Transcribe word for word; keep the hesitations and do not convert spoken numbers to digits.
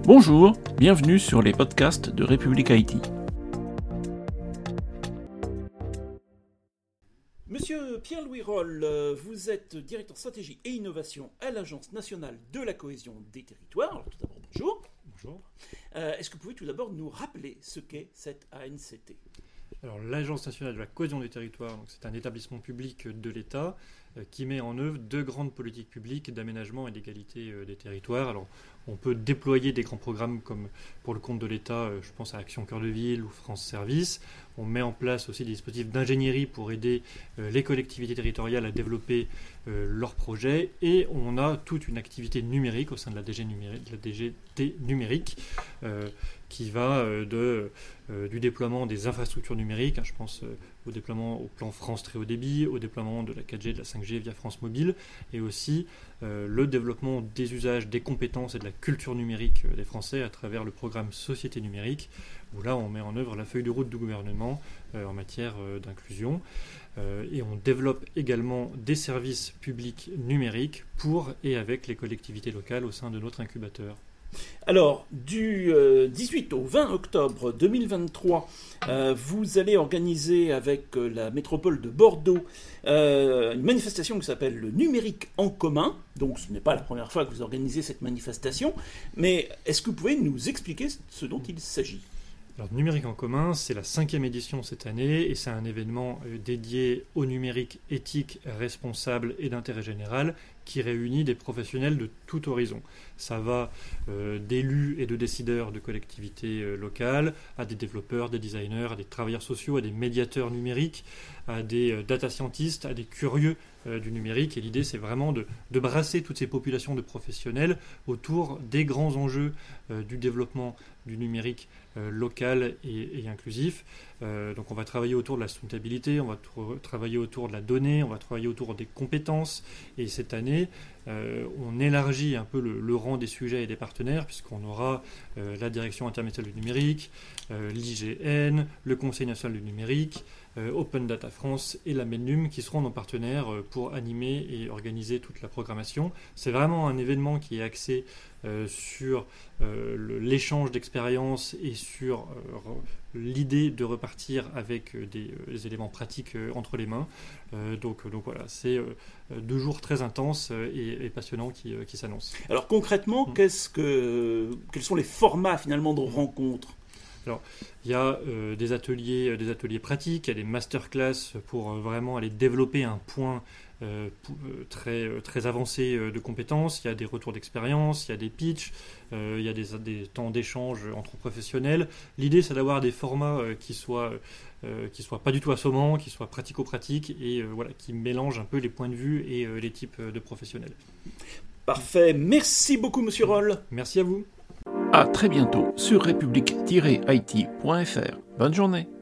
Bonjour, bienvenue sur les podcasts de République I T. Monsieur Pierre-Louis Roll, vous êtes directeur stratégie et innovation à l'Agence nationale de la cohésion des territoires. Alors tout d'abord, bonjour. Bonjour. Euh, est-ce que vous pouvez tout d'abord nous rappeler ce qu'est cette A N C T ? Alors, l'Agence nationale de la cohésion des territoires, donc c'est un établissement public de l'État euh, qui met en œuvre deux grandes politiques publiques d'aménagement et d'égalité euh, des territoires. Alors, on peut déployer des grands programmes comme pour le compte de l'État, euh, je pense à Action Cœur de Ville ou France Service. On met en place aussi des dispositifs d'ingénierie pour aider euh, les collectivités territoriales à développer euh, leurs projets. Et on a toute une activité numérique au sein de la D G, numérique, de la D G T numérique euh, qui va euh, de, euh, du déploiement des infrastructures numériques. Hein, je pense euh, au déploiement au plan France très haut débit, au déploiement de la quatre G, de la cinq G via France Mobile, et aussi euh, le développement des usages, des compétences et de la culture numérique euh, des Français à travers le programme Société numérique, où là on met en œuvre la feuille de route du gouvernement euh, en matière euh, d'inclusion. Euh, et on développe également des services publics numériques pour et avec les collectivités locales au sein de notre incubateur. Alors, du euh, dix-huit au vingt octobre deux mille vingt-trois, euh, vous allez organiser avec euh, la métropole de Bordeaux euh, une manifestation qui s'appelle le numérique en commun. Donc, ce n'est pas la première fois que vous organisez cette manifestation, mais est-ce que vous pouvez nous expliquer ce dont il s'agit ? Alors, Numérique en commun, c'est la cinquième édition cette année et c'est un événement dédié au numérique éthique, responsable et d'intérêt général qui réunit des professionnels de tout horizon. Ça va euh, d'élus et de décideurs de collectivités euh, locales, à des développeurs, des designers, à des travailleurs sociaux, à des médiateurs numériques, à des euh, data scientists, à des curieux euh, du numérique. Et l'idée, c'est vraiment de, de brasser toutes ces populations de professionnels autour des grands enjeux euh, du développement du numérique euh, local et, et inclusif. Euh, donc on va travailler autour de la soutenabilité, on va tra- travailler autour de la donnée, on va travailler autour des compétences. Et cette année, euh, on élargit un peu le, le rang des sujets et des partenaires, puisqu'on aura euh, la Direction internationale du numérique, euh, l'I G N, le Conseil national du numérique, euh, Open Data France et la MEDNUM qui seront nos partenaires euh, pour animer et organiser toute la programmation. C'est vraiment un événement qui est axé euh, sur euh, le, l'échange d'expériences et sur euh, l'idée de repartir avec des, des éléments pratiques entre les mains. Euh, donc, donc voilà, c'est euh, deux jours très intenses et, et passionnants qui, euh, qui s'annoncent. Alors concrètement, mmh. qu'est-ce que, quels sont les formats finalement de rencontres ? Alors, il y a euh, des ateliers, des ateliers pratiques, il y a des masterclass pour euh, vraiment aller développer un point euh, très, euh, très avancé euh, de compétences. Il y a des retours d'expérience, il y a des pitchs, euh, il y a des, des temps d'échange entre professionnels. L'idée, c'est d'avoir des formats euh, qui soient, euh, qui soient pas du tout assommants, qui soient pratico-pratiques et euh, voilà, qui mélangent un peu les points de vue et euh, les types de professionnels. Parfait. Merci beaucoup, Monsieur Roll. Merci à vous. À très bientôt sur république tiret I T point F R. Bonne journée.